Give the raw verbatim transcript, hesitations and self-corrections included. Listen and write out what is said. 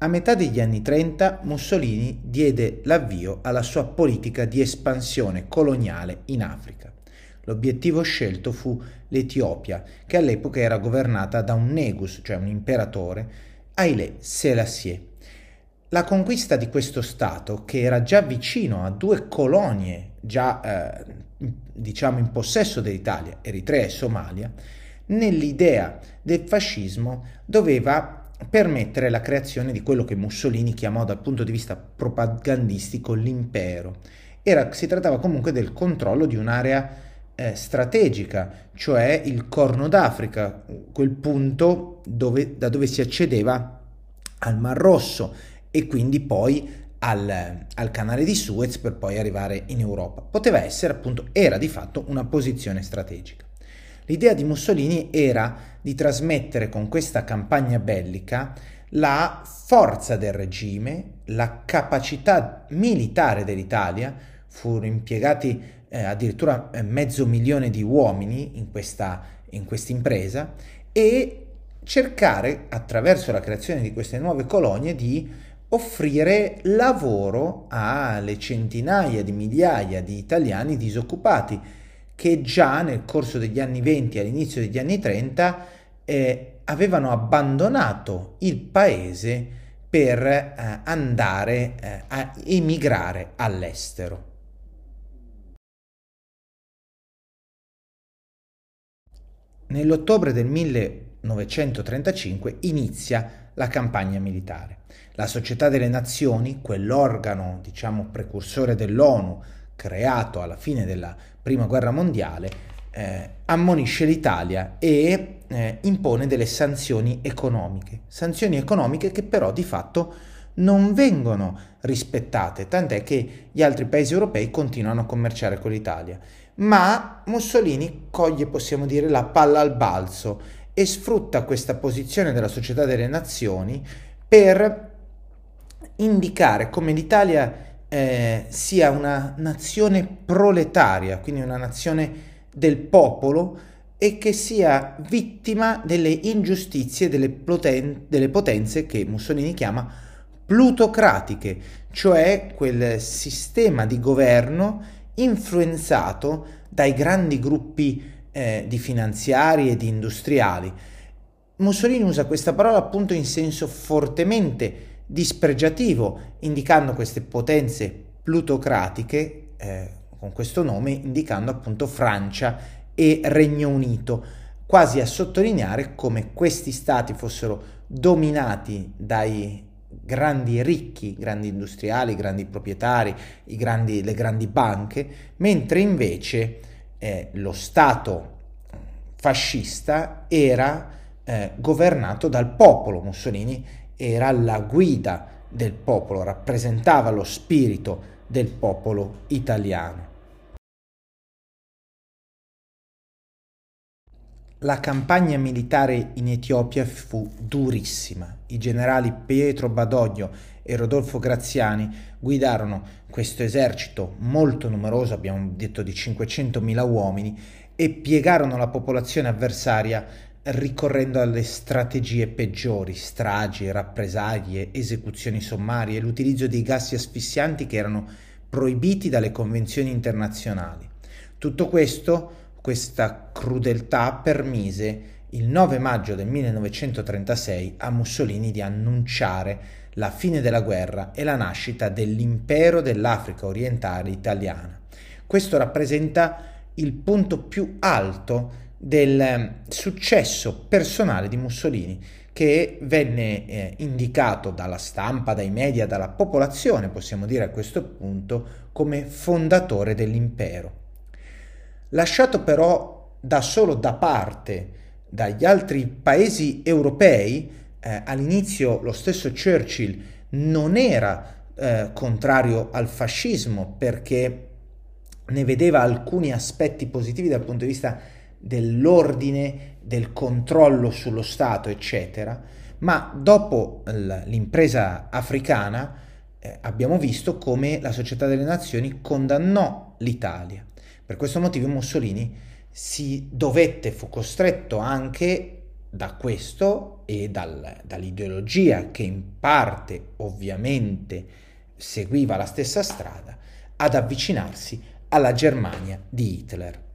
metà degli anni trenta Mussolini diede l'avvio alla sua politica di espansione coloniale in Africa. L'obiettivo scelto fu l'Etiopia, che all'epoca era governata da un negus, cioè un imperatore, Haile Selassie. La conquista di questo stato, che era già vicino a due colonie già eh, diciamo in possesso dell'Italia, Eritrea e Somalia, nell'idea del fascismo doveva permettere la creazione di quello che Mussolini chiamò dal punto di vista propagandistico l'impero. Era, si trattava comunque del controllo di un'area eh, strategica, cioè il Corno d'Africa, quel punto dove, da dove si accedeva al Mar Rosso e quindi poi al, al canale di Suez per poi arrivare in Europa. Poteva essere appunto, era di fatto una posizione strategica. L'idea di Mussolini era di trasmettere con questa campagna bellica la forza del regime, la capacità militare dell'Italia. Furono impiegati eh, addirittura mezzo milione di uomini in questa in questa impresa e cercare, attraverso la creazione di queste nuove colonie, di offrire lavoro alle centinaia di migliaia di italiani disoccupati che già nel corso degli anni venti e all'inizio degli anni trenta eh, avevano abbandonato il paese per eh, andare eh, a emigrare all'estero. Nell'ottobre del millenovecentotrentacinque inizia la campagna militare. La Società delle Nazioni, quell'organo, diciamo, precursore dell'ONU, creato alla fine della Prima Guerra Mondiale, eh, ammonisce l'Italia e eh, impone delle sanzioni economiche. Sanzioni economiche che però di fatto non vengono rispettate, tant'è che gli altri paesi europei continuano a commerciare con l'Italia. Ma Mussolini coglie, possiamo dire, la palla al balzo e sfrutta questa posizione della Società delle Nazioni per indicare come l'Italia eh, sia una nazione proletaria, quindi una nazione del popolo, e che sia vittima delle ingiustizie delle, poten- delle potenze che Mussolini chiama plutocratiche, cioè quel sistema di governo influenzato dai grandi gruppi eh, di finanziari e di industriali. Mussolini usa questa parola appunto in senso fortemente dispregiativo, indicando queste potenze plutocratiche eh, con questo nome, indicando appunto Francia e Regno Unito, quasi a sottolineare come questi stati fossero dominati dai grandi ricchi, grandi industriali, grandi proprietari, i grandi, le grandi banche, mentre invece eh, lo Stato fascista era eh, governato dal popolo. Mussolini era alla guida del popolo, rappresentava lo spirito del popolo italiano. La campagna militare in Etiopia fu durissima. I generali Pietro Badoglio e Rodolfo Graziani guidarono questo esercito molto numeroso, abbiamo detto di cinquecentomila uomini, e piegarono la popolazione avversaria ricorrendo alle strategie peggiori, stragi, rappresaglie, esecuzioni sommarie, l'utilizzo dei gas asfissianti che erano proibiti dalle convenzioni internazionali. Tutto questo Questa crudeltà permise il nove maggio del millenovecentotrentasei a Mussolini di annunciare la fine della guerra e la nascita dell'impero dell'Africa orientale italiana. Questo rappresenta il punto più alto del successo personale di Mussolini, che venne eh, indicato dalla stampa, dai media, dalla popolazione, possiamo dire a questo punto, come fondatore dell'impero. Lasciato però da solo da parte dagli altri paesi europei, eh, all'inizio lo stesso Churchill non era eh, contrario al fascismo perché ne vedeva alcuni aspetti positivi dal punto di vista dell'ordine, del controllo sullo Stato, eccetera, ma dopo l'impresa africana eh, abbiamo visto come la Società delle Nazioni condannò l'Italia. Per questo motivo Mussolini si dovette, fu costretto anche da questo e dal, dall'ideologia che in parte ovviamente seguiva la stessa strada ad avvicinarsi alla Germania di Hitler.